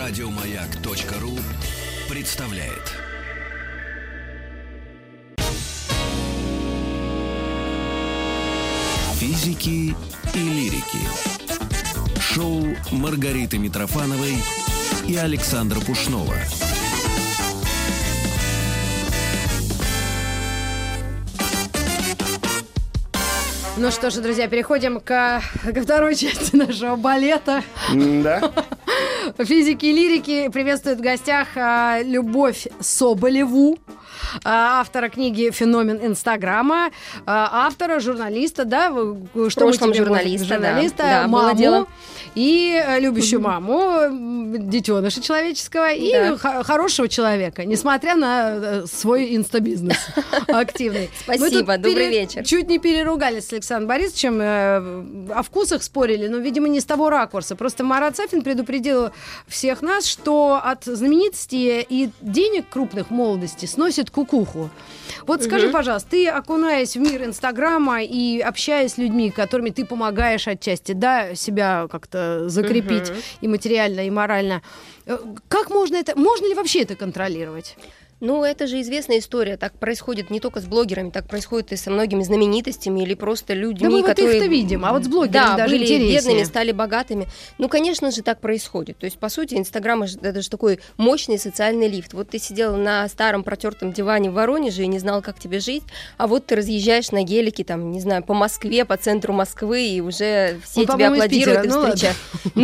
Радиомаяк.ру представляет. Физики и лирики. Шоу Маргариты Митрофановой и Александра Пушнова. Ну что ж, друзья, переходим ко второй части нашего балета. Да. Физики и лирики приветствуют в гостях Любовь Соболеву, автора книги «Феномен Инстаграма», автора, журналиста, да? Что мы тебе журналиста, да, маму и любящую маму, детеныша человеческого и хорошего человека, несмотря на свой инстабизнес активный. Спасибо, добрый вечер. Чуть не переругались с Александром Борисовичем, о вкусах спорили, но, видимо, не с того ракурса. Просто Марат Сафин предупредил всех нас, что от знаменитости и денег крупных в молодости сносит кукуху. Вот скажи, пожалуйста, ты, окунаясь в мир Инстаграма и общаясь с людьми, которыми ты помогаешь отчасти, да, себя как-то закрепить и материально, и морально, как можно ли вообще это контролировать? Ну, это же известная история. Так происходит не только с блогерами, так происходит и со многими знаменитостями или просто людьми, да мы которые... вот их-то видим, а вот с блогерами даже были интереснее. Бедными, стали богатыми. Ну, конечно же, так происходит. То есть, по сути, Инстаграм — это же такой мощный социальный лифт. Вот ты сидел на старом протертом диване в Воронеже и не знал, как тебе жить, а вот ты разъезжаешь на гелике, там, не знаю, по Москве, по центру Москвы, и уже все тебя аплодируют и встречают.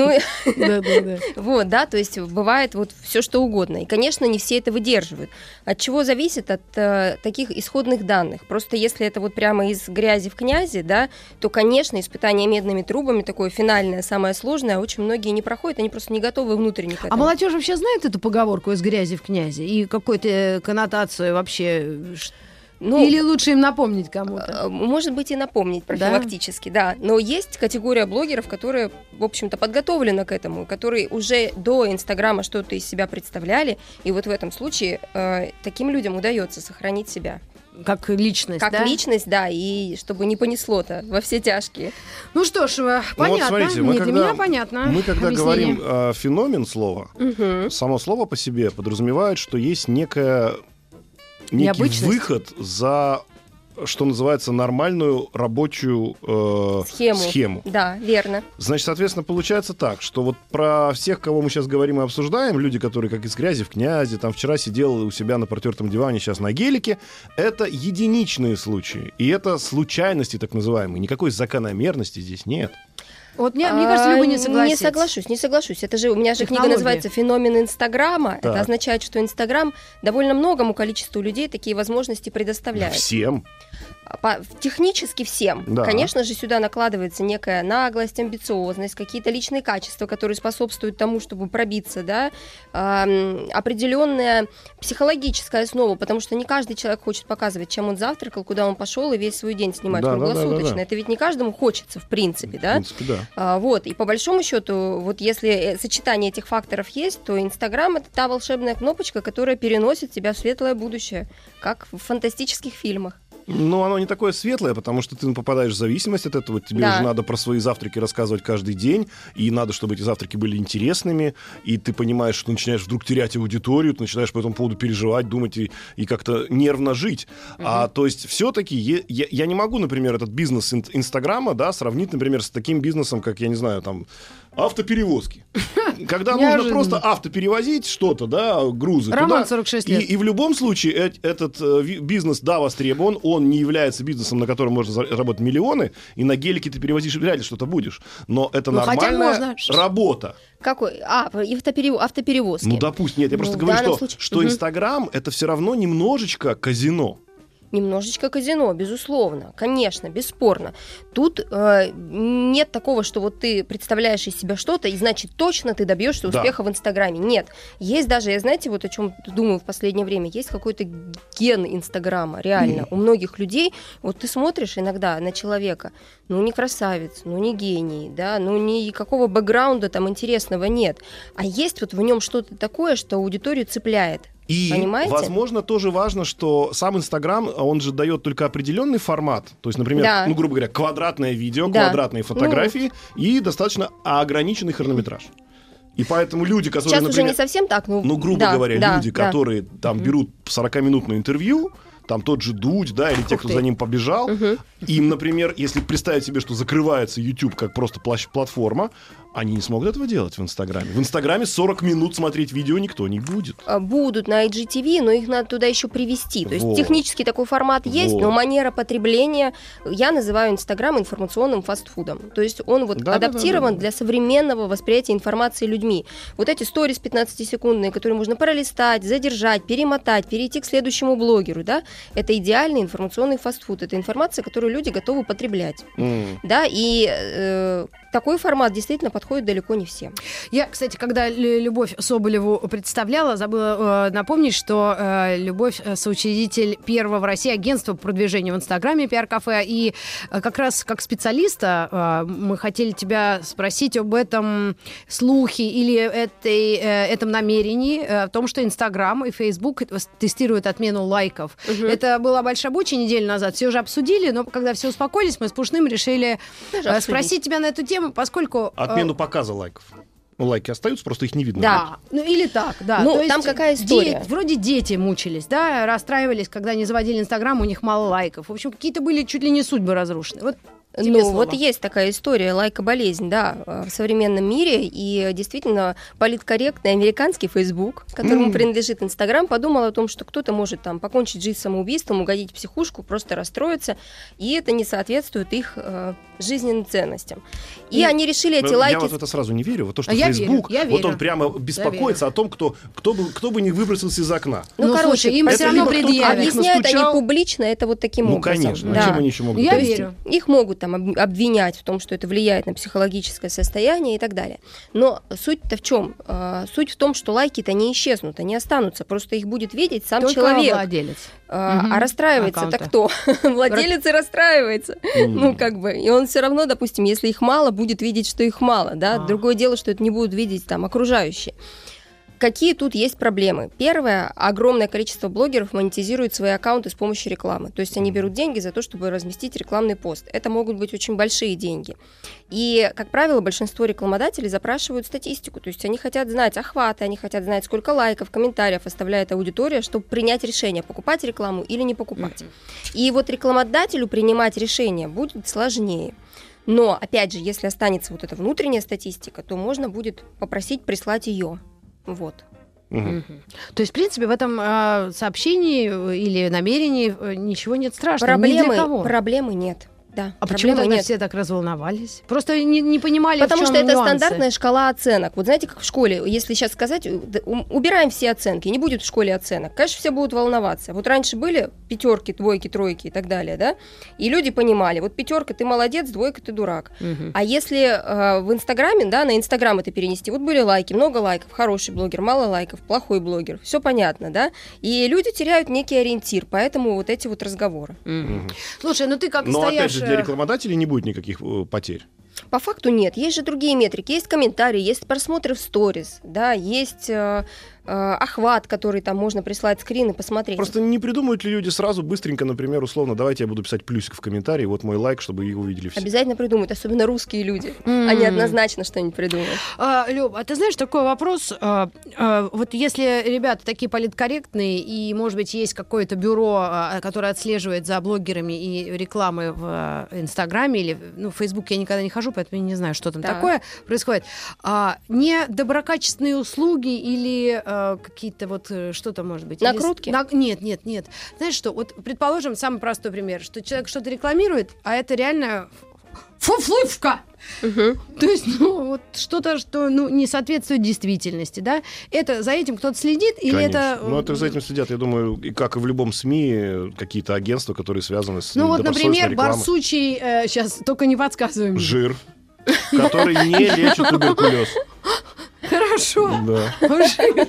Вот, да, то есть бывает вот все что угодно. И, конечно, не все это выдерживают. От чего зависит? От таких исходных данных. Просто если это вот прямо из грязи в князи, да, то, конечно, испытание медными трубами, такое финальное, самое сложное, очень многие не проходят, они просто не готовы внутренне к этому. А молодежь вообще знает эту поговорку «из грязи в князи» и какую-то коннотацию вообще... Или лучше им напомнить кому-то? Может быть, и напомнить профилактически, да. Но есть категория блогеров, которые, в общем-то, подготовлены к этому, которые уже до Инстаграма что-то из себя представляли, и вот в этом случае таким людям удается сохранить себя. Как личность, как личность, да, и чтобы не понесло-то во все тяжкие. Ну что ж, понятно. Вот смотрите, для меня понятно. Мы когда говорим феномен слова, само слово по себе подразумевает, что есть некий выход за, что называется, нормальную рабочую схему. Да, верно. Значит, соответственно, получается так, что вот про всех, кого мы сейчас говорим и обсуждаем, люди, которые как из грязи в князи, там вчера сидел у себя на протертом диване, сейчас на гелике, это единичные случаи. И это случайности так называемые. Никакой закономерности здесь нет. Вот мне кажется, Люба не согласится. Не соглашусь. Это же у меня же книга называется «Феномен Инстаграма». Так. Это означает, что Инстаграм довольно многому количеству людей такие возможности предоставляет. Всем. Технически всем. Да. Конечно же, сюда накладывается некая наглость, амбициозность, какие-то личные качества, которые способствуют тому, чтобы пробиться, да, определенная психологическая основа, потому что не каждый человек хочет показывать, чем он завтракал, куда он пошел и весь свой день снимать круглосуточно. Это ведь не каждому хочется, в принципе, да? В принципе, да. Вот, и по большому счету, вот если сочетание этих факторов есть, то Инстаграм — это та волшебная кнопочка, которая переносит тебя в светлое будущее, как в фантастических фильмах. Но оно не такое светлое, потому что ты попадаешь в зависимость от этого. Тебе уже надо про свои завтраки рассказывать каждый день, и надо, чтобы эти завтраки были интересными, и ты понимаешь, что начинаешь вдруг терять аудиторию, ты начинаешь по этому поводу переживать, думать и как-то нервно жить. То есть все-таки я не могу, например, этот бизнес Инстаграма, да, сравнить, например, с таким бизнесом, как, я не знаю, там, автоперевозки. Когда нужно просто автоперевозить что-то, да, грузы. Роман, 46 лет. И в любом случае этот бизнес, да, востребован, он не является бизнесом, на котором можно заработать миллионы, и на гелике ты перевозишь, вряд ли что-то будешь. Но это нормальная работа. Какой? Автоперевозки. Ну, допустим, нет, я просто говорю, что Инстаграм — это все равно немножечко казино. Немножечко казино, безусловно, конечно, бесспорно. Тут нет такого, что вот ты представляешь из себя что-то, и значит точно ты добьешься успеха в Инстаграме. Нет. Есть даже, я знаете, вот о чем думаю в последнее время, есть какой-то ген Инстаграма, реально. У многих людей, вот ты смотришь иногда на человека, ну не красавец, ну не гений, да, ну никакого бэкграунда там интересного нет. А есть вот в нем что-то такое, что аудиторию цепляет. И, понимаете? Возможно, тоже важно, что сам Инстаграм, он же дает только определенный формат. То есть, например, ну, грубо говоря, квадратное видео, квадратные фотографии и достаточно ограниченный хронометраж. И поэтому люди, которые, сейчас например, уже не совсем так, грубо говоря, люди, которые там берут 40-минутное интервью, там тот же Дудь, да, или те, кто за ним побежал, им, например, если представить себе, что закрывается YouTube как просто платформа, они не смогут этого делать в Инстаграме. В Инстаграме 40 минут смотреть видео никто не будет. Будут на IGTV, но их надо туда еще привести. То есть технически такой формат есть, но манера потребления, я называю Инстаграм информационным фастфудом. То есть он адаптирован для современного восприятия информации людьми. Вот эти сторис 15-секундные, которые можно пролистать, задержать, перемотать, перейти к следующему блогеру, да, это идеальный информационный фастфуд. Это информация, которую люди готовы потреблять. Да, и такой формат действительно подходит далеко не всем. Я, кстати, когда Любовь Соболеву представляла, забыла напомнить, что Любовь соучредитель первого в России агентства по продвижению в Инстаграме «Пиар-кафе». И как раз как специалиста мы хотели тебя спросить об этом слухе или этом намерении, о том, что Инстаграм и Фейсбук тестируют отмену лайков. Это была большая буча неделю назад. Все уже обсудили, но когда все успокоились, мы с Пушным решили спросить тебя на эту тему, поскольку... Отмену показа лайков. Ну, лайки остаются, просто их не видно. Да, или так, да. Ну, то там есть какая история? Вроде дети мучились, да, расстраивались, когда они заводили Инстаграм, у них мало лайков. В общем, какие-то были чуть ли не судьбы разрушены. Вот вот есть такая история, лайкоболезнь, да, в современном мире, и действительно политкорректный американский Facebook, которому принадлежит Инстаграм, подумал о том, что кто-то может там покончить жизнь самоубийством, угодить в психушку, просто расстроиться, и это не соответствует их жизненным ценностям. И они решили эти лайки... Я вот в это сразу не верю. Вот то, что Facebook, вот он прямо беспокоится о том, кто бы не выбросился из окна. Ну, короче, им все равно предъявят. Объясняют они публично это вот таким образом. Ну, конечно. Чем они еще могут Я верю. Их могут там обвинять в том, что это влияет на психологическое состояние и так далее. Но суть-то в чем? Суть в том, что лайки-то не исчезнут, они останутся, просто их будет видеть сам только человек. Владелец. А расстраивается-то кто? Владелец и расстраивается. Ну, как бы. И он все равно, допустим, если их мало, будет видеть, что их мало. Да? Другое дело, что это не будут видеть там окружающие. Какие тут есть проблемы? Первое, огромное количество блогеров монетизируют свои аккаунты с помощью рекламы. То есть они берут деньги за то, чтобы разместить рекламный пост. Это могут быть очень большие деньги. И, как правило, большинство рекламодателей запрашивают статистику. То есть они хотят знать охваты, они хотят знать, сколько лайков, комментариев оставляет аудитория, чтобы принять решение, покупать рекламу или не покупать. И вот рекламодателю принимать решение будет сложнее. Но, опять же, если останется вот эта внутренняя статистика, то можно будет попросить прислать ее. Вот. То есть, в принципе, в этом сообщении или намерении ничего нет страшного. Ни для кого. Проблемы нет. Да, а почему тогда все так разволновались? Просто не понимали, потому в чем что это нюансы. Стандартная шкала оценок. Вот знаете, как в школе, если сейчас сказать, убираем все оценки, не будет в школе оценок. Конечно, все будут волноваться. Вот раньше были 5, 2, 3 и так далее, да? И люди понимали, вот 5 ты молодец, 2 ты дурак. А если в Инстаграме, да, на Инстаграм это перенести, вот были лайки, много лайков, хороший блогер, мало лайков, плохой блогер, все понятно, да? И люди теряют некий ориентир, поэтому вот эти вот разговоры. Слушай, ну ты как Но стоишь... опять же, для рекламодателей не будет никаких потерь. По факту нет. Есть же другие метрики. Есть комментарии, есть просмотры в сторис, да, есть охват, который там можно прислать скрин и посмотреть. Просто не придумают ли люди сразу быстренько, например, условно, давайте я буду писать плюсик в коммуте, вот мой лайк, чтобы его увидели все. Обязательно придумают, особенно русские люди. Они однозначно что-нибудь придумают. Люб, а ты знаешь, такой вопрос. Вот если ребята такие политкорректные, и, может быть, есть какое-то бюро, которое отслеживает за блогерами и рекламой в Инстаграме или в Фейсбуке, я никогда не хожу, поэтому я не знаю, что там такое происходит. Не доброкачественные услуги или какие-то вот что-то может быть? Накрутки? Нет. Знаешь что, вот предположим, самый простой пример, что человек что-то рекламирует, а это реально фуфлывка. То есть, вот что-то, что не соответствует действительности, да? Это за этим кто-то следит или Конечно. это... Ну, это за этим следят, я думаю, и как и в любом СМИ, какие-то агентства, которые связаны с вот, например, рекламой. Барсучий, сейчас только не подсказывай мне. Жир, который не лечит туберкулез. Хорошо. Да. Жир.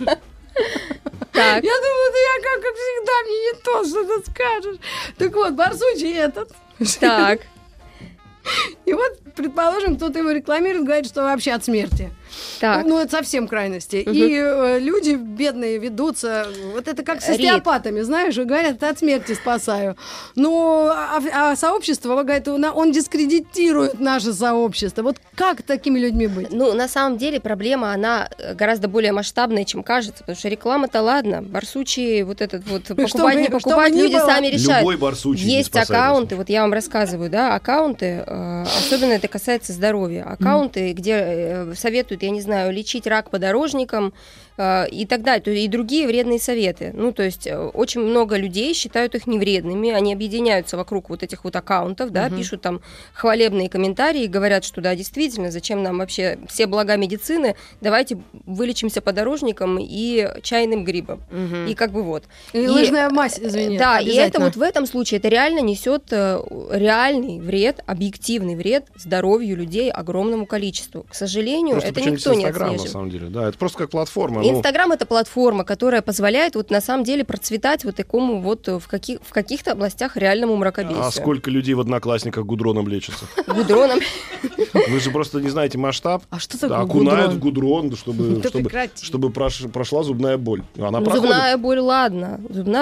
Так. Я думаю, я как всегда, мне не то, что ты скажешь. Так вот, Барсучий этот. Так. И вот предположим, кто-то его рекламирует, говорит, что вообще от смерти. Так. Ну, это совсем крайности. И люди бедные ведутся, вот это как с остеопатами, знаешь, говорят, от смерти спасаю. Но а сообщество, говорит, он дискредитирует наше сообщество. Вот как такими людьми быть? Ну, на самом деле проблема, она гораздо более масштабная, чем кажется, потому что реклама-то ладно, барсучий вот этот вот покупать, не покупать, люди сами решают. Любой барсучий есть аккаунты, вот я вам рассказываю, да, аккаунты, особенно это касается здоровья, аккаунты, где советуют, я не знаю, лечить рак подорожникам и так далее, и другие вредные советы. Ну, то есть очень много людей считают их невредными, они объединяются вокруг вот этих вот аккаунтов, да, пишут там хвалебные комментарии, говорят, что да, действительно, зачем нам вообще все блага медицины, давайте вылечимся подорожником и чайным грибом. И как бы вот. И лыжная мазь, извини. Да, и это вот в этом случае, это реально несет реальный вред, объективный вред здоровью людей огромному количеству. К сожалению, просто это никто не отслеживает. на самом деле, да, это просто как платформа. Инстаграм — это платформа, которая позволяет вот на самом деле процветать вот такому вот в каких-то областях реальному мракобесию. А сколько людей в Одноклассниках гудроном лечатся? Гудроном. Вы же просто не знаете масштаб. А что такое окунают в гудрон, чтобы прошла зубная боль. Она проходит. Зубная боль, ладно.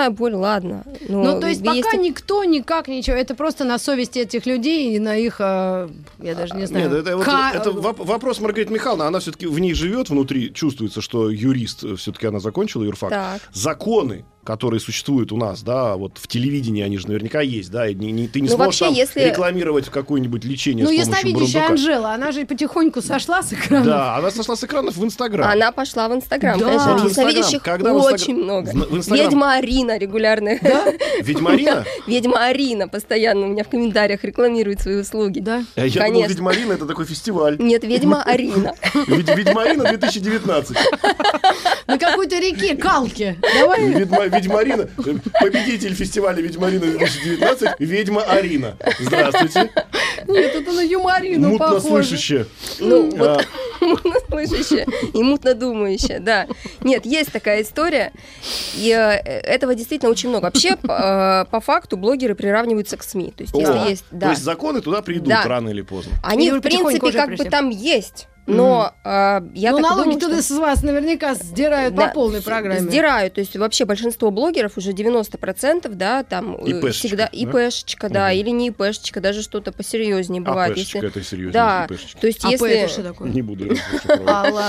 Ну, то есть пока никто никак ничего, это просто на совести этих людей и на их, я даже не знаю. Нет, это вопрос Маргариты Михайловны, она все-таки в ней живет внутри, чувствуется, что юрист, все-таки она закончила юрфак. Так. Законы, которые существуют у нас, да, вот в телевидении они же наверняка есть, да, и ты не сможешь вообще, там если... рекламировать какое-нибудь лечение с помощью ясновидящая бурундука. Анжела, она же потихоньку сошла с экранов. Да, она сошла с экранов в Инстаграм. Она пошла в Инстаграм, Да. конечно. В Инстаграм. Ясновидящих Когда очень много. в Инстаграм. Ведьма Арина регулярная. Да? Ведьмарина? Ведьма Арина постоянно у меня в комментариях рекламирует свои услуги. Да. Я думал, Ведьмарина — это такой фестиваль. Нет, Ведьма Арина. Ведьмарина 2019. На какой-то реке, Калке. Давай. Ведьмарина, победитель фестиваля Ведьмарина 2019, Ведьма Арина. Здравствуйте. Нет, это на юморину Мутно похоже. слышащая. Ну, вот мутно слышащая и мутно думающая, да. Нет, есть такая история, и этого действительно очень много. Вообще, по факту, блогеры приравниваются к СМИ. То есть, если есть... То есть законы туда придут рано или поздно. Они, Или в принципе, как бы там есть. Но я так налоги думаю, туда с вас наверняка сдирают по полной программе. Сдирают. То есть вообще большинство блогеров, уже 90%, да, там всегда ИПшечка, да, или не ИПшечка, даже что-то посерьезнее бывает. АПшечка — это серьезнее. Да, ИПшечка. то есть АП если... это что такое? Не буду рассказывать.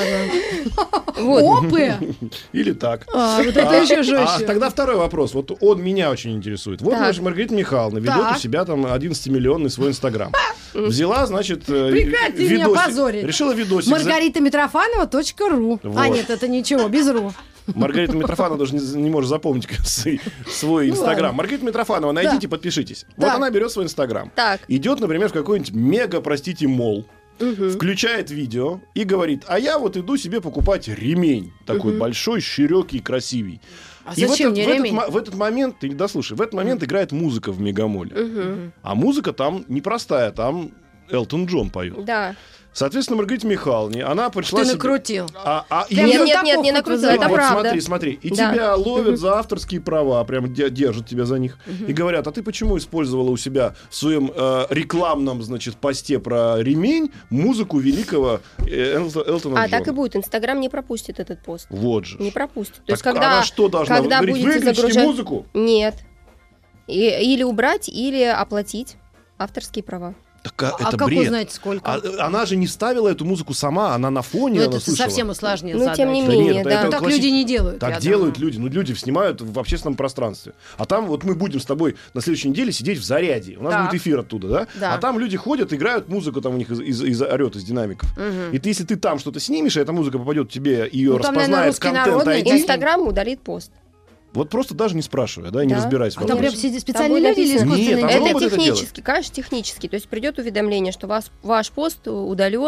ладно. ОП? Или так. Вот это еще жестче. Тогда второй вопрос. Вот он меня очень интересует. Вот наша Маргарита Михайловна ведет у себя там 11-миллионный свой Инстаграм. Взяла, значит, Прекрати меня позорить. Решила видосик. MargaritaMitrofanova.ru. Вот. А, нет, это ничего, без ру. Маргарита Митрофанова даже не может запомнить свой Инстаграм. Маргарита Митрофанова, найдите, подпишитесь. Вот она берет свой Инстаграм. Идет, например, в какой-нибудь мол. Включает видео и говорит: а я вот иду себе покупать ремень. Такой большой, широкий, красивый. А и зачем мне ремень? в этот момент, ты дослушай, в этот момент играет музыка в Мегамоле. А музыка там непростая, там Элтон Джон поет. Да. Соответственно, Маргарите Михайловне она пришла... Ты накрутил. Нет, не накрутил, это вот правда. смотри. И тебя ловят за авторские права, прям держат тебя за них. И говорят: а ты почему использовала у себя в своем рекламном, значит, посте про ремень музыку великого Элтона Джона? А так и будет. Инстаграм не пропустит этот пост. Вот же. Не пропустит. То Так есть, когда, она что должна говорить? Выключите музыку? Нет. Или убрать, или оплатить авторские права. Так, это как бред. узнать, сколько? Она же не ставила эту музыку сама, она на фоне, Ну, она это слышала. совсем усложнит Ну, задачу. тем не менее, нет, да. это Так люди не делают. Так делают люди. Ну, люди снимают в общественном пространстве. А там вот мы будем с тобой на следующей неделе сидеть в Заряде. У нас будет эфир оттуда, да? Да. А там люди ходят, играют музыку, там у них орет из динамиков. И ты, если ты там что-то снимешь, и эта музыка попадет тебе, ее распознает контент ID. Инстаграм удалит пост. Вот просто даже не спрашивая, да, не разбираясь в А там вопросе. прям специальные люди или искусственные Нет, там интеллект? робот Это это технически, конечно, технически. То есть придет уведомление, что ваш пост удален,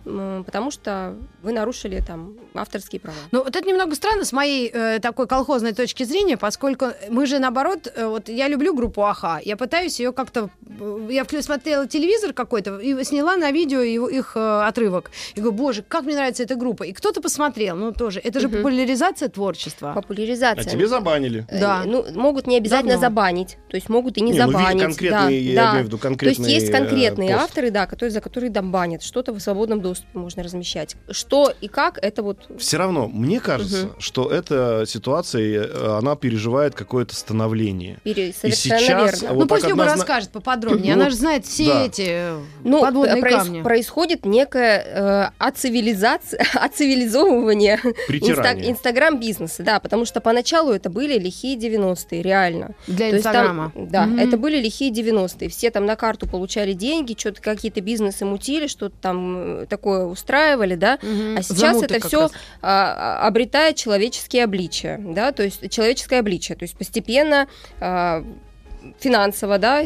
потому что вы нарушили там авторские права. Ну, вот это немного странно с моей такой колхозной точки зрения, поскольку мы же, наоборот, вот я люблю группу «Аха», я пытаюсь ее как-то... Я смотрела телевизор какой-то и сняла на видео их отрывок. И говорю, боже, как мне нравится эта группа. И кто-то посмотрел, ну, тоже. Это же популяризация творчества. Популяризация. А тебе забанили. Да. Ну, могут не обязательно забанить, то есть могут и не забанить. Конкретные, я имею в виду конкретные. То есть есть конкретные авторы, да, за которые там банят. Что-то в свободном доступе можно размещать. Что и как, это вот... Все равно, мне кажется, что эта ситуация, она переживает какое-то становление. Совершенно верно. Вот пусть Люба расскажет поподробнее. Она же знает все эти подводные камни. Происходит некое оцивилизовывание инстаграм-бизнеса. Да, потому что поначалу это были лихие 90-е, реально. Для Инстаграма. Да, это были лихие 90-е. Все там на карту получали деньги, что-то какие-то бизнесы мутили, что-то там такое устраивали, да. А сейчас это все обретает человеческие обличия, да, то есть человеческое обличие. То есть постепенно финансово, да,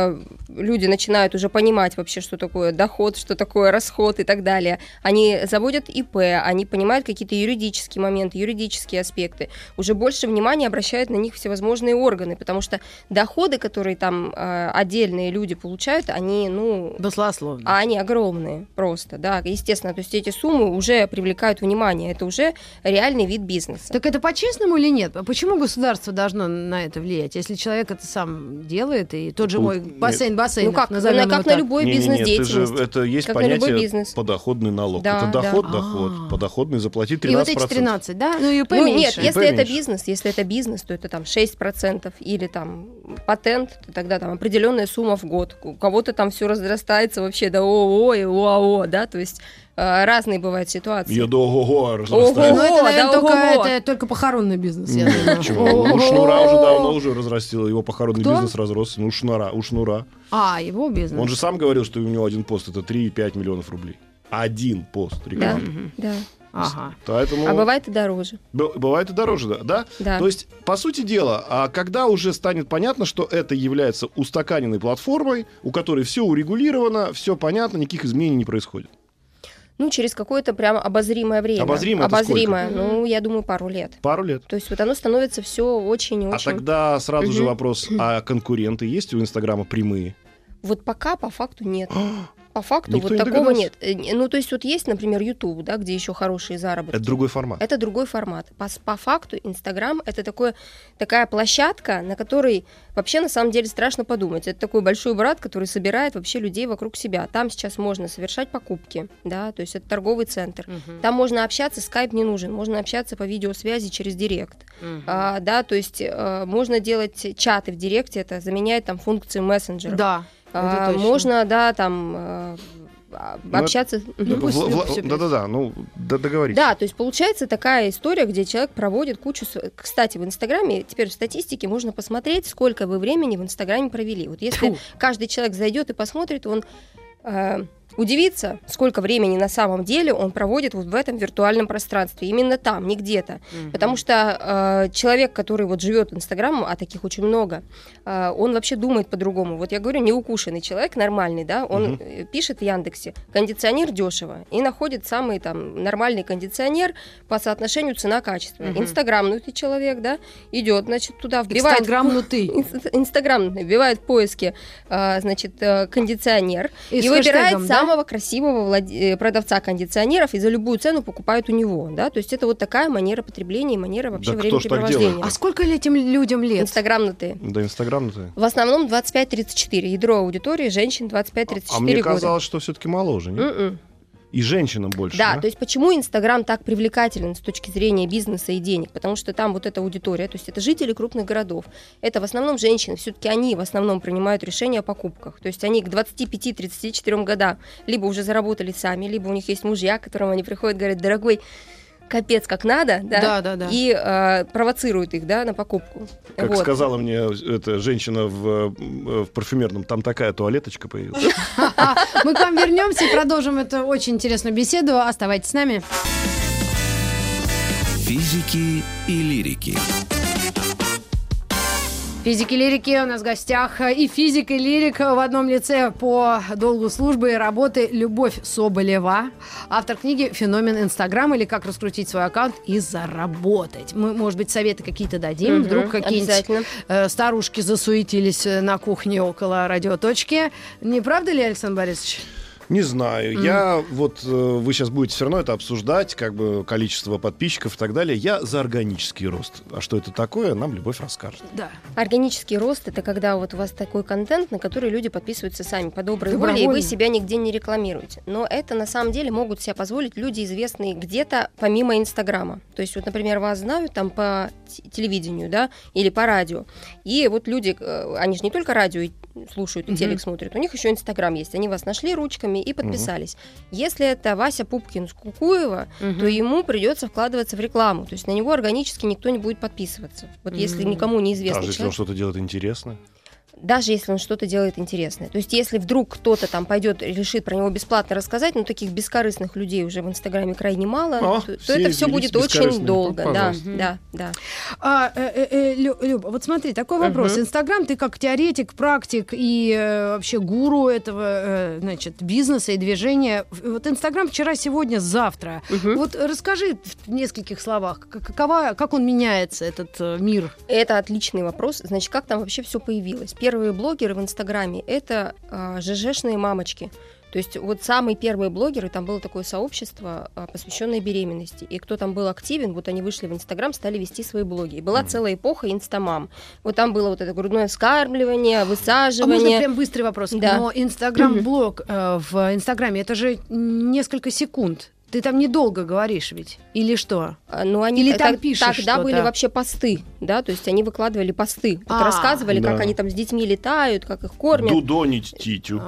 люди начинают уже понимать вообще, что такое доход, что такое расход и так далее. Они заводят ИП, они понимают какие-то юридические моменты, юридические аспекты. Уже больше внимания обращают на них всевозможные органы, потому что доходы, которые там отдельные люди получают, они, баснословные. Они огромные просто, да, естественно. То есть эти суммы уже привлекают внимание, это уже реальный вид бизнеса. Так это по-честному или нет? Почему государство должно на это влиять, если человек это сам делает, и тот же мой бассейн, как на любой бизнес-деятельность. Это есть как понятие подоходный налог. Да, это доход, подоходный, заплатить 13%. И вот эти 13, да? Ну, ИП меньше. Нет, если это бизнес, то это там 6%, или там патент, то тогда там определенная сумма в год. У кого-то там все разрастается вообще до ООО и ОАО, да, то есть разные бывают ситуации. Ее до ого разрастается. Ну, это, наверное, это только похоронный бизнес, я думаю. Почему? Шнура уже давно уже разрастила, его похоронный бизнес разросся. У Шнура. Его бизнес. Он же сам говорил, что у него один пост это 3,5 миллионов рублей. Один пост рекламы. Да. Ага. Поэтому... А бывает и дороже. Бывает и дороже, да? То есть, по сути дела, когда уже станет понятно, что это является устаканенной платформой, у которой все урегулировано, все понятно, никаких изменений не происходит? Через какое-то прямо обозримое время. Обозримое, я думаю, пару лет. Пару лет. То есть вот оно становится все очень-очень... А тогда сразу же вопрос, а конкуренты есть у Инстаграма прямые? Вот пока по факту нет. По факту никто вот такого нет. То есть вот есть, например, YouTube, да, где еще хорошие заработки. Это другой формат. Это другой формат. По факту Instagram — это такая площадка, на которой вообще на самом деле страшно подумать. Это такой большой брат, который собирает вообще людей вокруг себя. Там сейчас можно совершать покупки, да, то есть это торговый центр. Там можно общаться, скайп не нужен, можно общаться по видеосвязи через директ. Да, то есть можно делать чаты в директе, это заменяет там функции мессенджеров. Да. Можно, да, там общаться. Договоритесь. Да, то есть получается такая история, где человек проводит кучу... Кстати, в Инстаграме, теперь в статистике можно посмотреть, сколько вы времени в Инстаграме провели. Вот если каждый человек зайдет и посмотрит, он... удивиться, сколько времени на самом деле он проводит вот в этом виртуальном пространстве, именно там, не где-то. Потому что человек, который вот живет Инстаграмом, а таких очень много, он вообще думает по-другому. Вот я говорю, неукушенный человек, нормальный, да, он пишет в Яндексе «кондиционер дешево» и находит самый там нормальный кондиционер по соотношению цена-качество. Инстаграмнутый человек, да, идет, значит, туда вбивает... Инстаграмнутый, вбивает в поиске, значит, кондиционер и выбирает самого красивого продавца кондиционеров и за любую цену покупают у него, да, то есть это вот такая манера потребления и манера вообще времяпрепровождения. А сколько этим людям лет? Инстаграмнутые. Да, инстаграмнутые. В основном 25-34, ядро аудитории женщин 25-34 года. А мне казалось, что все-таки моложе, нет? И женщинам больше, да? То есть почему Инстаграм так привлекателен с точки зрения бизнеса и денег? Потому что там вот эта аудитория, то есть это жители крупных городов, это в основном женщины, все-таки они в основном принимают решения о покупках, то есть они к 25-34 годам либо уже заработали сами, либо у них есть мужья, к которым они приходят и говорят: дорогой, капец как надо, да. И провоцируют их, да, на покупку. Как сказала мне эта женщина в парфюмерном, там такая туалеточка появилась. Мы к вам вернемся и продолжим эту очень интересную беседу. Оставайтесь с нами. Физики и лирики. Физики лирики у нас в гостях. И физик, и лирик в одном лице по долгу службы и работы Любовь Соболева. Автор книги «Феномен Инстаграм» или «Как раскрутить свой аккаунт и заработать». Мы, может быть, советы какие-то дадим. Вдруг какие-нибудь старушки засуетились на кухне около радиоточки. Не правда ли, Александр Борисович? Не знаю. Я вот вы сейчас будете все равно это обсуждать, как бы количество подписчиков и так далее. Я за органический рост. А что это такое, нам Любовь расскажет. Да. Органический рост — это когда вот у вас такой контент, на который люди подписываются сами по доброй воле, и вы себя нигде не рекламируете. Но это на самом деле могут себе позволить люди, известные где-то помимо Инстаграма. То есть вот, например, вас знают там по телевидению, да, или по радио. И вот люди, они же не только радио слушают и телек смотрят, у них еще Инстаграм есть. Они вас нашли ручками и подписались. Если это Вася Пупкин с Кукуева, то ему придется вкладываться в рекламу. То есть на него органически никто не будет подписываться. Вот если никому не известно. Даже если он что-то делает интересное? Даже если он что-то делает интересное. То есть если вдруг кто-то там пойдет и решит про него бесплатно рассказать, но таких бескорыстных людей уже в Инстаграме крайне мало, то это все будет очень долго. Да. Люба, вот смотри, такой вопрос. Инстаграм, ты как теоретик, практик и вообще гуру этого, значит, бизнеса и движения. Вот Инстаграм вчера, сегодня, завтра. Вот расскажи в нескольких словах, как он меняется, этот мир? Это отличный вопрос. Значит, как там вообще все появилось? Первые блогеры в Инстаграме — это ЖЖшные мамочки. То есть вот самые первые блогеры, там было такое сообщество, посвященное беременности. И кто там был активен, вот они вышли в Инстаграм, стали вести свои блоги. И была целая эпоха инстамам. Вот там было вот это грудное вскармливание, высаживание. А можно прям быстрый вопрос? Да. Но Инстаграм-блог в Инстаграме — это же несколько секунд. Ты там недолго говоришь ведь? Или что? Ну, они или там пишешь тогда что-то? Были вообще посты, да, то есть они выкладывали посты. Вот рассказывали, как они там с детьми летают, как их кормят. Дудонить титю.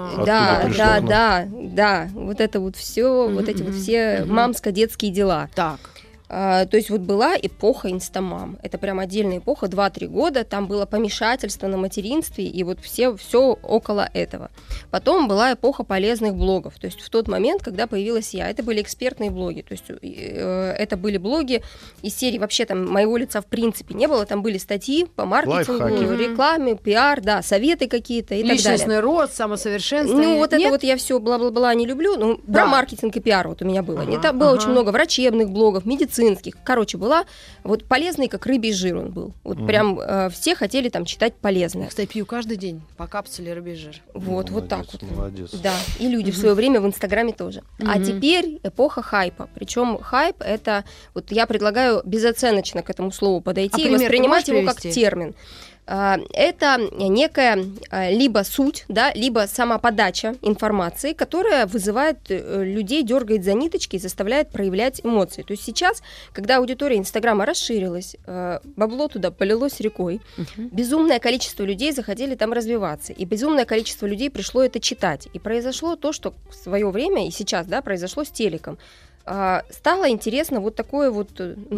Да, вот это вот все, вот эти вот все мамско-детские дела. Так. То есть вот была эпоха инстамам. Это прям отдельная эпоха, 2-3 года. Там было помешательство на материнстве, и вот все около этого. Потом была эпоха полезных блогов. То есть в тот момент, когда появилась я, это были экспертные блоги. То есть это были блоги из серии вообще там моего лица в принципе не было. Там были статьи по маркетингу, рекламе, пиар, да, советы какие-то и так далее. Личностный рост, самосовершенствование. Ну вот это вот я все бла-бла-бла не люблю. Ну, про маркетинг и пиар вот у меня было. Там было очень много врачебных блогов, медицинских. Короче, была вот полезный, как рыбий жир он был. Вот прям все хотели там читать полезное. Я, кстати, пью каждый день по капсуле рыбий жир. Вот так вот. Молодец. Да, и люди в свое время в Инстаграме тоже. А теперь эпоха хайпа. Причем хайп — это, вот я предлагаю безоценочно к этому слову подойти и воспринимать его как термин. Это некая либо суть, да, либо сама подача информации, которая вызывает людей, дергает за ниточки и заставляет проявлять эмоции. То есть сейчас, когда аудитория Инстаграма расширилась, бабло туда полилось рекой, безумное количество людей захотели там развиваться, и безумное количество людей пришло это читать. И произошло то, что в свое время и сейчас, да, произошло с телеком. Стало интересно вот такое вот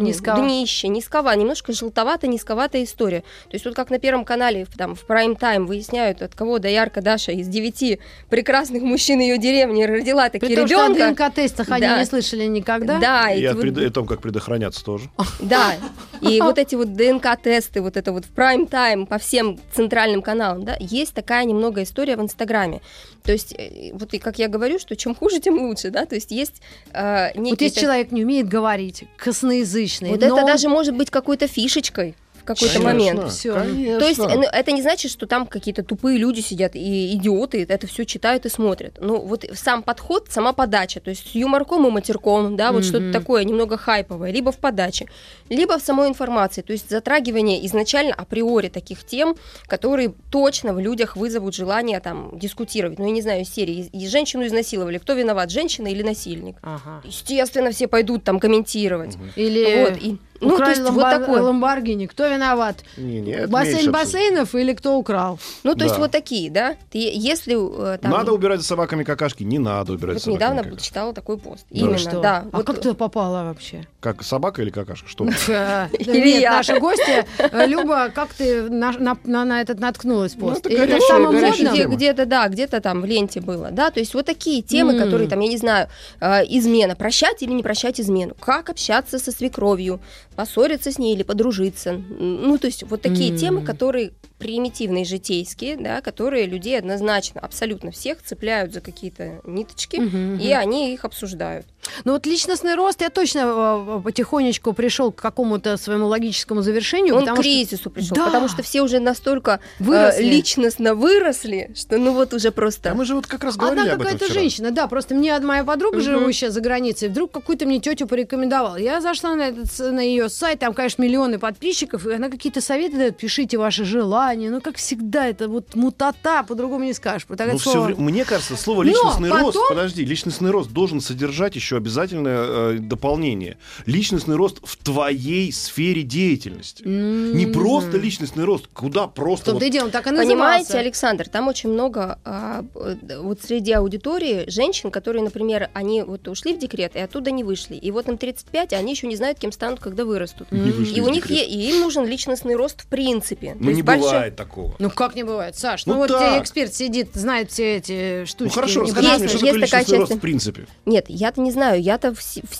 днище, низковато, немножко желтовато-низковатая история. То есть вот как на Первом канале там, в прайм-тайм выясняют, от кого доярка Даша из 9 прекрасных мужчин ее деревни родила таки ребенка. При том, что о ДНК-тестах они не слышали никогда. Да, и о том, как предохраняться тоже. Да, и вот эти вот ДНК-тесты, вот это вот в прайм-тайм по всем центральным каналам, да, есть такая немного история в Инстаграме. То есть, вот и как я говорю, что чем хуже, тем лучше, да, то есть есть... Вот если человек не умеет говорить, косноязычный. Вот это даже может быть какой-то фишечкой в какой-то момент. Всё. То есть это не значит, что там какие-то тупые люди сидят и идиоты это все читают и смотрят. Ну вот сам подход, сама подача, то есть с юморком и матерком, да, вот что-то такое немного хайповое, либо в подаче, либо в самой информации, то есть затрагивание изначально априори таких тем, которые точно в людях вызовут желание там дискутировать. Ну я не знаю, из серии и женщину изнасиловали, кто виноват, женщина или насильник? Естественно, все пойдут там комментировать. Или вот, и ну, то есть вот такой. Ламборгини, кто виноват? Бассейн бассейнов или кто украл? Ну, то есть вот такие, да? Если там... Надо убирать за собаками какашки, не надо убирать за собаками недавно какашки. Читала такой пост. Да. Именно, что? да. А как туда попала вообще? Как собака или какашка? Что? Нет, наша гостья. Люба, как ты на этот наткнулась пост? Это самое модное? Где-то, да, где-то там в ленте было. Да, то есть вот такие темы, которые там, я не знаю, измена, прощать или не прощать измену, как общаться со свекровью, поссориться с ней или подружиться. Ну, то есть вот такие темы, которые примитивные, житейские, да, которые людей однозначно, абсолютно всех цепляют за какие-то ниточки, и они их обсуждают. Ну вот личностный рост, я точно потихонечку пришел к какому-то своему логическому завершению. Он к кризису пришел, да, потому что все уже настолько личностно выросли, что ну вот уже просто... А мы же вот как раз говорили об этом какая-то вчера. женщина, да, просто мне моя подруга, живущая за границей, вдруг какую-то мне тетю порекомендовала. Я зашла на ее сайт, там, конечно, миллионы подписчиков, и она какие-то советы дает, пишите ваши желания. Ну, как всегда, это вот мутата, по-другому не скажешь. Мне кажется, слово личностный рост, личностный рост должен содержать еще обязательное дополнение. Личностный рост в твоей сфере деятельности. Не просто личностный рост, куда просто... В том-то и дело, так и назывался. Понимаете, Александр, там очень много вот среди аудитории женщин, которые, например, они вот ушли в декрет и оттуда не вышли. И вот им 35, а они еще не знают, кем станут, когда вырастут. И у них и им нужен личностный рост в принципе. Ну, не бывает такого. Ну, как не бывает, Саш? Ну вот эксперт сидит, знает все эти штучки. Ну, хорошо, расскажи мне, что такое личностный рост в принципе? Нет, я-то не знаю, я-то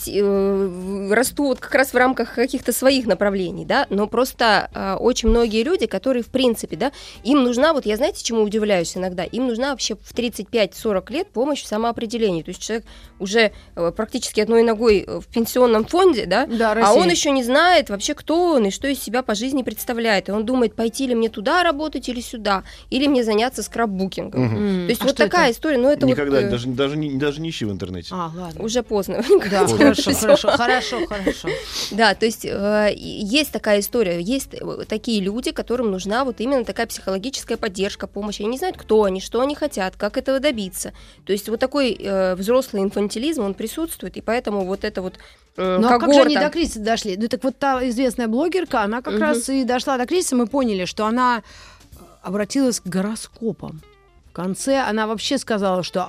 расту вот как раз в рамках каких-то своих направлений, да, но просто очень многие люди, которые, в принципе, да, им нужна, вот я знаете, чему удивляюсь иногда, им нужна вообще в 35-40 лет помощь в самоопределении, то есть человек уже практически одной ногой в пенсионном фонде, да, а он еще не знает вообще, кто он и что из себя по жизни представляет, и он думает, пойти ли мне туда работать или сюда, или мне заняться скраббукингом. То есть вот такая история, но это никогда, вот... даже не ищи в интернете. Ладно. Уже поздно. Да, хорошо. Да, то есть есть такая история, есть такие люди, которым нужна вот именно такая психологическая поддержка, помощь. Они не знают, кто они, что они хотят, как этого добиться. То есть вот такой взрослый инфантилизм, он присутствует, и поэтому вот это вот ну а как же они до кризиса дошли? Ну так вот та известная блогерка, она как раз и дошла до кризиса, мы поняли, что она обратилась к гороскопам. В конце она вообще сказала, что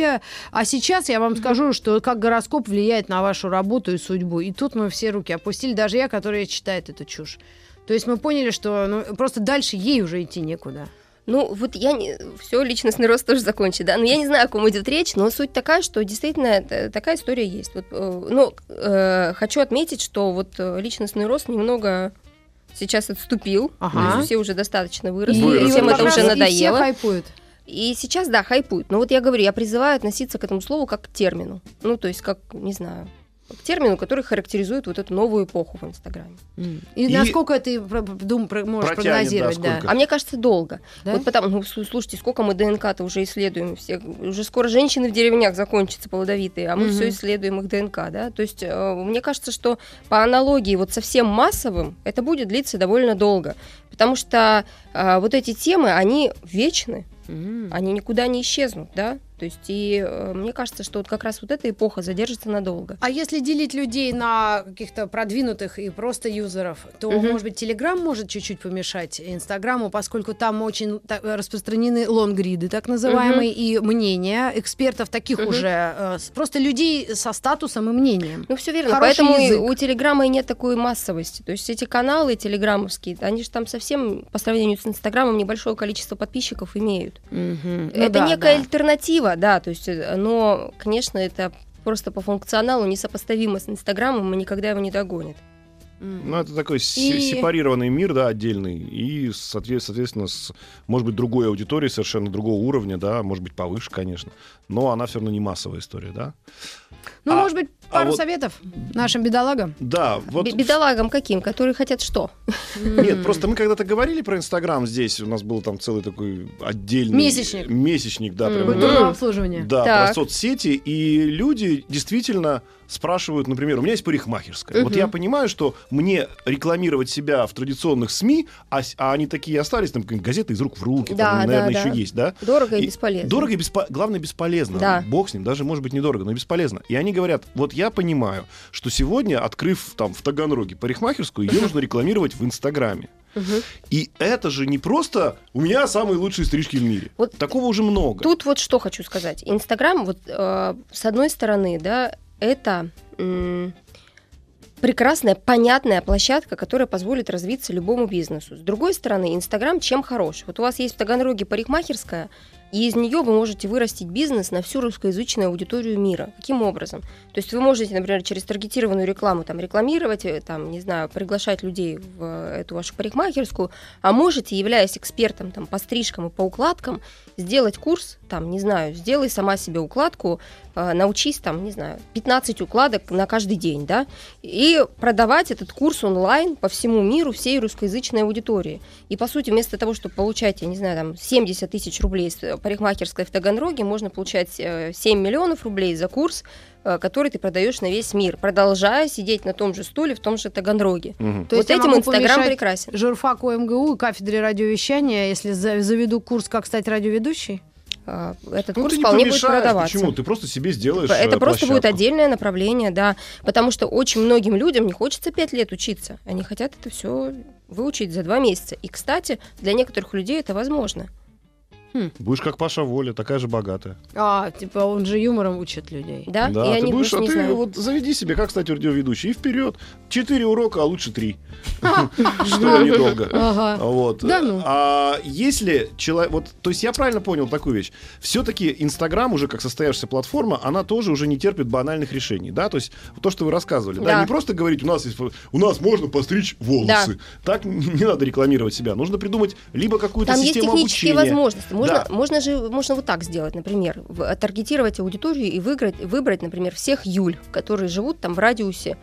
а сейчас я вам скажу, что как гороскоп влияет на вашу работу и судьбу. И тут мы все руки опустили, даже я, которая читает эту чушь. То есть мы поняли, что просто дальше ей уже идти некуда. Ну, вот все, личностный рост тоже закончит, да, но я не знаю, о ком идет речь, но суть такая, что действительно такая история есть. Вот, хочу отметить, что вот личностный рост немного сейчас отступил, то есть все уже достаточно выросли, всем это уже надоело. И все хайпуют. И сейчас, да, хайпуют. Но вот я говорю, я призываю относиться к этому слову как к термину. Ну, то есть, как, не знаю, к термину, который характеризует вот эту новую эпоху в Инстаграме. И насколько ты можешь прогнозировать? Да. А мне кажется, долго. Да? Вот потому, слушайте, сколько мы ДНК-то уже исследуем. Уже скоро женщины в деревнях закончатся плодовитые, а мы все исследуем их ДНК. Да? То есть мне кажется, что по аналогии вот совсем массовым это будет длиться довольно долго. Потому что вот эти темы, они вечны. Они никуда не исчезнут, да? То есть, и мне кажется, что вот как раз вот эта эпоха задержится надолго. А если делить людей на каких-то продвинутых и просто юзеров, то, может быть, Телеграм может чуть-чуть помешать Инстаграму, поскольку там очень распространены лонгриды, так называемые, и мнения экспертов таких уже, просто людей со статусом и мнением. Ну, все верно, поэтому у Телеграма и нет такой массовости. То есть эти каналы телеграммовские, они же там совсем по сравнению с Инстаграмом небольшое количество подписчиков имеют. Это некая альтернатива, да, то есть, но, конечно, это просто по функционалу несопоставимо с Инстаграмом, и никогда его не догонит. Ну, это такой сепарированный мир, да, отдельный, и, соответственно, может быть, другой аудиторией, совершенно другого уровня, да, может быть, повыше, конечно, но она все равно не массовая история, да. Ну, может быть, пару советов нашим бедолагам? Да. Вот... Бедолагам каким? Которые хотят что? Нет, просто мы когда-то говорили про Инстаграм здесь, у нас был там целый такой отдельный... Месячник, да. Культурного обслуживания. Да, про соцсети, и люди действительно спрашивают, например, у меня есть парикмахерская. Вот я понимаю, что мне рекламировать себя в традиционных СМИ, а они такие остались, там, газеты из рук в руки, да, там, наверное, еще есть, да? Дорого и бесполезно. Дорого и главное, бесполезно. Да. Бог с ним, даже, может быть, недорого, но бесполезно. И они говорят, вот я понимаю, что сегодня, открыв там в Таганроге парикмахерскую, ее нужно рекламировать в Инстаграме. И это же не просто у меня самые лучшие стрижки в мире. Вот такого уже много. Тут вот что хочу сказать. Инстаграм, вот с одной стороны, да, это прекрасная, понятная площадка, которая позволит развиться любому бизнесу. С другой стороны, Инстаграм чем хорош? Вот у вас есть в Таганроге парикмахерская, И из нее вы можете вырастить бизнес на всю русскоязычную аудиторию мира. Каким образом? То есть вы можете, например, через таргетированную рекламу там, рекламировать, там, не знаю, приглашать людей в эту вашу парикмахерскую, а можете, являясь экспертом там, по стрижкам и по укладкам, сделать курс, там, не знаю, сделай сама себе укладку, научись, там, не знаю, 15 укладок на каждый день, да, и продавать этот курс онлайн по всему миру всей русскоязычной аудитории. И, по сути, вместо того, чтобы получать, я не знаю, там, 70 тысяч рублей с парикмахерской в Таганроге, можно получать 7 миллионов рублей за курс, который ты продаешь на весь мир, продолжая сидеть на том же стуле в том же Таганроге. То есть этим Инстаграм прекрасен. Журфаку МГУ и кафедре радиовещания, если заведу курс «Как стать радиоведущей»? Этот курс вполне будет продаваться. Почему? Ты просто себе сделаешь Это просто площадку. будет отдельное направление, да. Потому что очень многим людям не хочется 5 лет учиться. Они хотят это все выучить за 2 месяца. И, кстати, для некоторых людей это возможно. Будешь как Паша Воля, такая же богатая. Типа он же юмором учит людей. Да, Да, и ты они будешь, просто не ты знают. вот заведи себе, как стать радиоведущей, и вперед. 4 урока, а лучше 3. Что недолго. Вот. Да ну. А если человек... Вот, то есть я правильно понял такую вещь. Все-таки Инстаграм уже как состоявшаяся платформа, она тоже уже не терпит банальных решений. Да? То есть то, что вы рассказывали. Да. Да. Не просто говорить, у нас можно постричь волосы. Да. Так не надо рекламировать себя. Нужно придумать либо какую-то Там есть систему технические обучения. возможности. Можно вот так сделать, например, таргетировать аудиторию и выбрать, например, всех Юль, которые живут там в радиусе,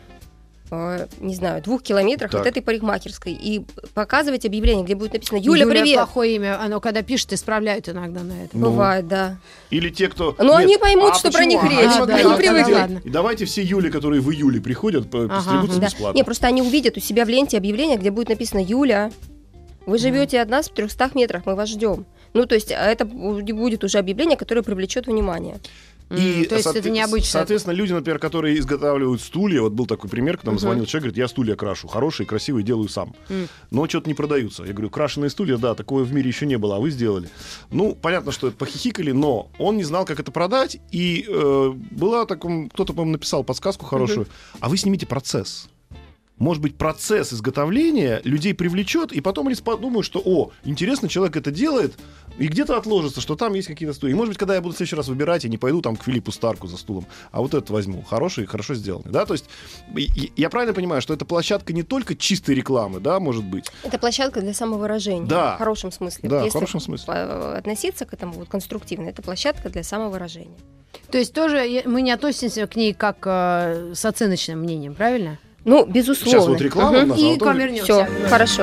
не знаю, 2 километрах Так. от этой парикмахерской, и показывать объявление, где будет написано «Юля, привет!» плохое имя. Оно, когда пишет, исправляют иногда на это. Бывает, да. Или те, кто... Но они поймут, что про почему? них речь. Они привыкли. Ладно. И давайте все Юли, которые в июле приходят, постригутся Да. бесплатно. Не, просто они увидят у себя в ленте объявление, где будет написано «Юля, вы живете от нас в 300 метрах, мы вас ждем». Ну, то есть это будет уже объявление, которое привлечет внимание. И, то есть это необычно. Соответственно, люди, например, которые изготавливают стулья, вот был такой пример, когда нам звонил человек, говорит, я стулья крашу, хорошие, красивые, делаю сам. Но что-то не продаются. Я говорю, крашеные стулья, да, такого в мире еще не было, а вы сделали. Ну, понятно, что это похихикали, но он не знал, как это продать, и была таком, кто-то, по-моему, написал подсказку хорошую, а вы снимите процесс. Может быть, процесс изготовления людей привлечет, и потом они подумают, что, интересно, человек это делает, и где-то отложится, что там есть какие-то стулья. И, может быть, когда я буду в следующий раз выбирать, я не пойду там к Филиппу Старку за стулом, а вот этот возьму. Хороший, хорошо сделанный. Да? То есть я правильно понимаю, что это площадка не только чистой рекламы, да, может быть? Это площадка для самовыражения. Да. В хорошем смысле. Да, в Если хорошем смысле. относиться к этому конструктивно, это площадка для самовыражения. То есть тоже мы не относимся к ней как с оценочным мнением, правильно? Ну, безусловно. Сейчас вот реклама у нас. И вернемся. Все, хорошо.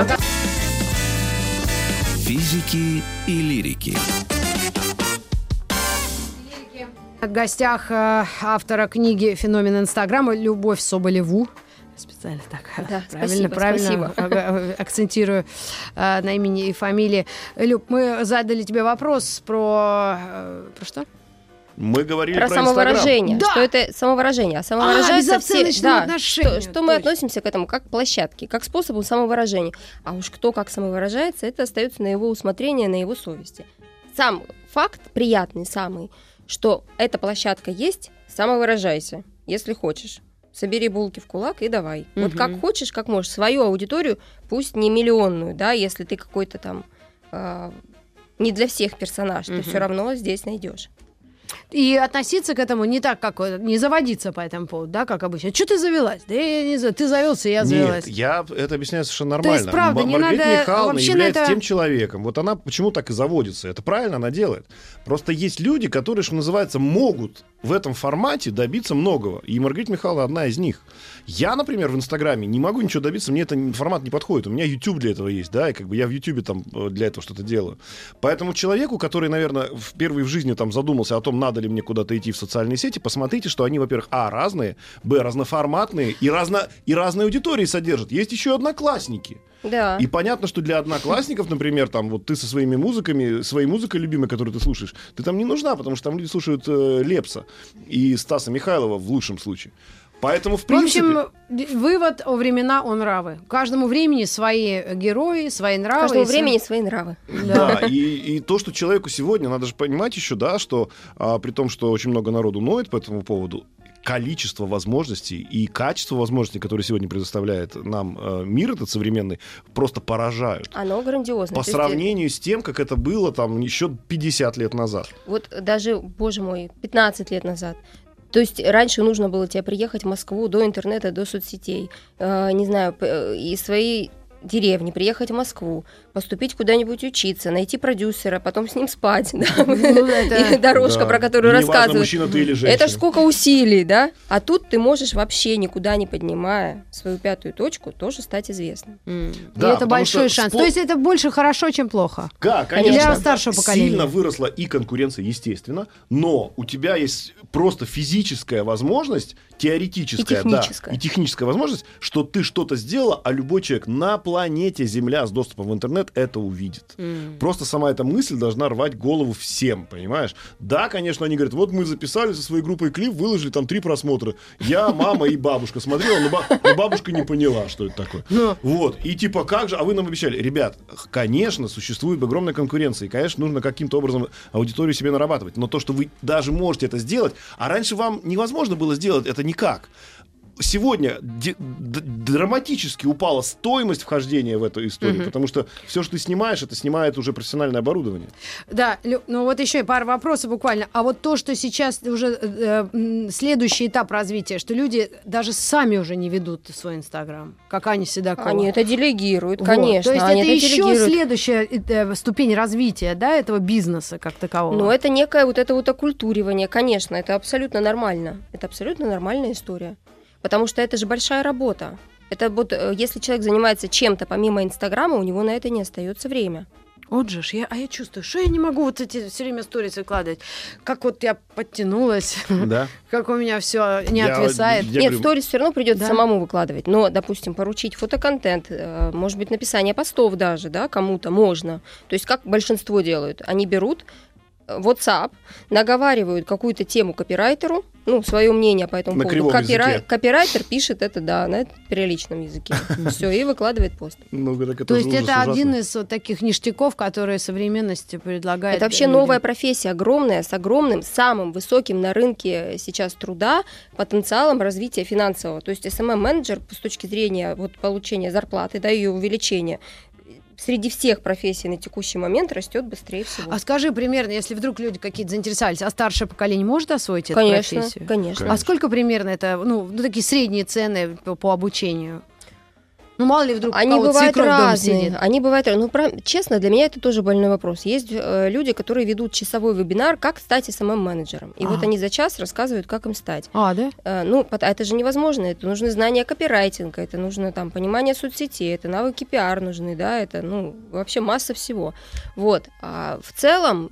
Физики и лирики. В гостях автора книги «Феномен Инстаграма» Любовь Соболеву. Специально так Да, правильно акцентирую на имени и фамилии. Люб, мы задали тебе вопрос про что? Мы говорили про самовыражение. Да. Что это самовыражение? А самовыражаются все... отношения. Что мы относимся к этому как к площадке, как к способу самовыражения. А уж кто как самовыражается, это остается на его усмотрение, на его совести. Сам факт приятный самый, что эта площадка есть, самовыражайся, если хочешь. Собери булки в кулак и давай. Вот как хочешь, как можешь. Свою аудиторию, пусть не миллионную, да, если ты какой-то там не для всех персонаж, ты все равно здесь найдешь. И относиться к этому не так, как не заводиться по этому поводу, да, как обычно. Что ты завелась? Да я не знаю, ты завелся, я завелась. Нет, я это объясняю совершенно нормально. То есть, правда, не Маргарита надо Михайловна вообще является на это... тем человеком. Вот она почему так и заводится. Это правильно она делает. Просто есть люди, которые, что называется, могут в этом формате добиться многого. И Маргарита Михайловна одна из них. Я, например, в Инстаграме не могу ничего добиться, мне этот формат не подходит. У меня YouTube для этого есть, да, и как бы я в YouTube там для этого что-то делаю. Поэтому человеку, который, наверное, впервые в жизни там задумался о том, надо ли мне куда-то идти в социальные сети, посмотрите, что они, во-первых, разные, разноформатные и разные аудитории содержат. Есть еще и одноклассники. Да. И понятно, что для одноклассников, например, там вот ты со своими музыками, своей музыкой любимой, которую ты слушаешь, ты там не нужна, потому что там люди слушают Лепса и Стаса Михайлова в лучшем случае. Поэтому, в принципе... В общем, вывод о времена о нравы. Каждому времени свои герои, свои нравы. Каждому времени свои нравы. Да, и то, что человеку сегодня, надо же понимать еще, да, что при том, что очень много народу ноет по этому поводу, количество возможностей и качество возможностей, которые сегодня предоставляет нам мир этот современный, просто поражают. Оно грандиозно. По сравнению с тем, как это было там еще 50 лет назад. Вот даже, боже мой, 15 лет назад. То есть раньше нужно было тебе приехать в Москву до интернета, до соцсетей, не знаю, из своей деревни, приехать в Москву, поступить куда-нибудь учиться, найти продюсера, потом с ним спать. И дорожка, про которую рассказывают. Мужчина ты или женщина. Это ж сколько усилий, да? А тут ты можешь вообще, никуда не поднимая свою пятую точку, тоже стать известным. И это большой шанс. То есть это больше хорошо, чем плохо. Да, конечно. Для старшего поколения. Сильно выросла и конкуренция, естественно, но у тебя есть просто физическая возможность, теоретическая, и техническая возможность, что ты что-то сделала, а любой человек на планете Земля с доступом в интернет это увидит. Просто сама эта мысль должна рвать голову всем, понимаешь? Да, конечно, они говорят, вот мы записали со своей группой клип, выложили там 3 просмотра. Я, мама и бабушка смотрела, но бабушка не поняла, что это такое. Вот. И типа, как же, а вы нам обещали. Ребят, конечно, существует огромная конкуренция, и, конечно, нужно каким-то образом аудиторию себе нарабатывать. Но то, что вы даже можете это сделать, а раньше вам невозможно было сделать это никак. Сегодня драматически упала стоимость вхождения в эту историю, потому что все, что ты снимаешь, это снимает уже профессиональное оборудование. Да, ну вот еще пара вопросов буквально. А вот то, что сейчас уже следующий этап развития, что люди даже сами уже не ведут свой Инстаграм, как Аня Седокова. Они это делегируют, вот. конечно. То есть это еще следующая ступень развития, да, этого бизнеса как такового. Ну, это некое вот это вот окультуривание, конечно, это абсолютно нормально. Это абсолютно нормальная история. Потому что это же большая работа. Это вот, если человек занимается чем-то помимо Инстаграма, у него на это не остается время. Вот же ж, я чувствую, что я не могу вот эти все время сторис выкладывать. Как вот я подтянулась, как у меня все не отвисает. Нет, сторис все равно придется самому выкладывать. Но, допустим, поручить фотоконтент, может быть, написание постов даже, да, кому-то можно. То есть как большинство делают? Они берут WhatsApp, наговаривают какую-то тему копирайтеру, ну, свое мнение по этому поводу. Копирайтер пишет это, на приличном языке. Все, и выкладывает пост. То есть это один из вот таких ништяков, которые современность предлагает. Это вообще новая профессия, огромная, с огромным, самым высоким на рынке сейчас труда потенциалом развития финансового. То есть SMM-менеджер с точки зрения вот, получения зарплаты, ее увеличения, среди всех профессий на текущий момент растет быстрее всего. А скажи примерно, если вдруг люди какие-то заинтересовались, а старшее поколение может освоить эту профессию? Конечно. А сколько примерно это, такие средние цены по обучению? Ну, мало ли вдруг они бывают разные. Они бывают разные. Ну, честно, для меня это тоже больной вопрос. Есть люди, которые ведут часовой вебинар, как стать SMM-менеджером. И вот они за час рассказывают, как им стать. Да? Это же невозможно. Это нужны знания копирайтинга, это нужно там понимание соцсетей, это навыки пиар нужны, да, это, вообще масса всего. Вот. А в целом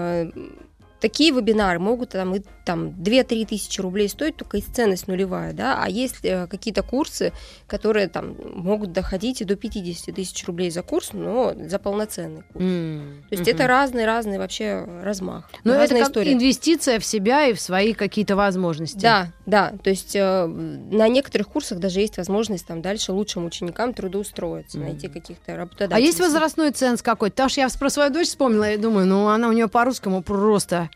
такие вебинары могут там 2-3 тысячи рублей стоить, только и ценность нулевая, да, а есть какие-то курсы, которые там могут доходить и до 50 тысяч рублей за курс, но за полноценный курс. То есть это разный вообще размах. Но это как история. Инвестиция в себя и в свои какие-то возможности. Да, то есть на некоторых курсах даже есть возможность там дальше лучшим ученикам трудоустроиться, найти каких-то работодателей. А есть возрастной ценз какой-то? Потому что я про свою дочь вспомнила и думаю, она у нее по-русскому просто...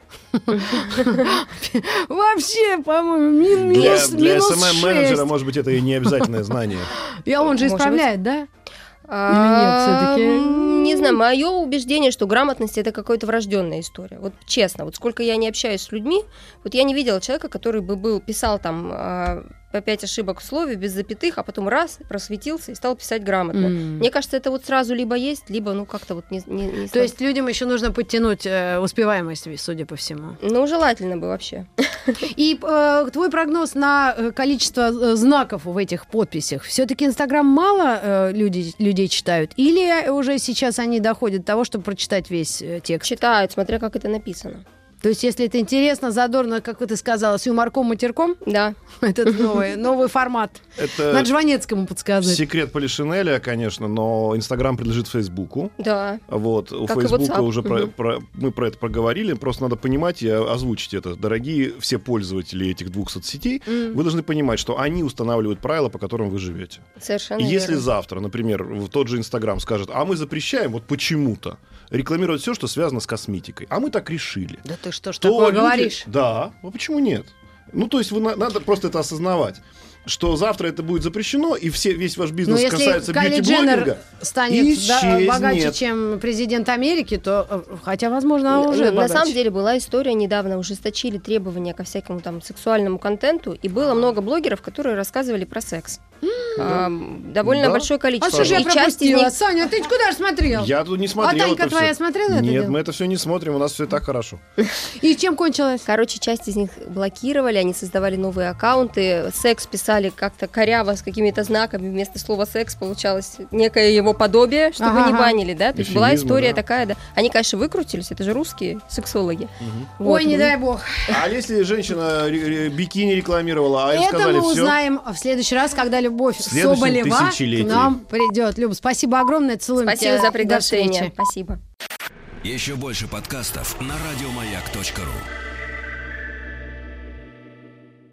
Вообще, по-моему, минус 6. Для SMM-менеджера, может быть, это и не обязательное знание. И он же исправляет, да? Или нет, все-таки? Не знаю, мое убеждение, что грамотность — это какая-то врожденная история. Вот честно, вот сколько я не общаюсь с людьми, вот я не видела человека, который бы писал там по 5 ошибок в слове, без запятых, а потом раз, просветился и стал писать грамотно. Мне кажется, это вот сразу либо есть, либо, как-то вот не То есть людям еще нужно подтянуть успеваемость, судя по всему. Желательно бы вообще. И твой прогноз на количество знаков в этих подписях. Все-таки Инстаграм мало людей читают? Или уже сейчас они доходят до того, чтобы прочитать весь текст? Читают, смотря как это написано. То есть, если это интересно, задорно, как ты сказала, с юморком-матерком? Да. Это новый формат. Это надо Жванецкому подсказать. Секрет Полишинеля, конечно, но Инстаграм принадлежит Фейсбуку. Да. Вот. У Фейсбука уже мы про это проговорили. Просто надо понимать и озвучить это. Дорогие все пользователи этих двух соцсетей, вы должны понимать, что они устанавливают правила, по которым вы живете. Совершенно и верно. если завтра, например, тот же Инстаграм скажет, а мы запрещаем вот почему-то рекламировать все, что связано с косметикой. А мы так решили. Да ты что ж такое говоришь? Да, почему нет? Ну, то есть надо просто это осознавать, что завтра это будет запрещено, и весь ваш бизнес касается бьюти-блогинга, станет богаче, чем президент Америки, то, хотя, возможно, она уже богаче. На самом деле была история недавно, ужесточили требования ко всякому там сексуальному контенту, и было много блогеров, которые рассказывали про секс. Довольно большое количество. А что же я пропустила? Саня, ты куда же смотрел? Я тут не смотрел. А Танька твоя смотрела это? Нет, мы это все не смотрим, у нас все так хорошо. И чем кончилось? Короче, часть из них блокировали, они создавали новые аккаунты, секс писали как-то коряво с какими-то знаками, вместо слова секс получалось некое его подобие, чтобы не банили, да? То есть была история такая, да. Они, конечно, выкрутились, это же русские сексологи. Ой, не дай бог. А если женщина бикини рекламировала, а им сказали это мы все? узнаем в следующий раз, когда Любовь Соболева к нам придет. Люб, спасибо огромное, целуем тебя. Спасибо за приглашение. Спасибо. Еще больше подкастов на радиомаяк.ру.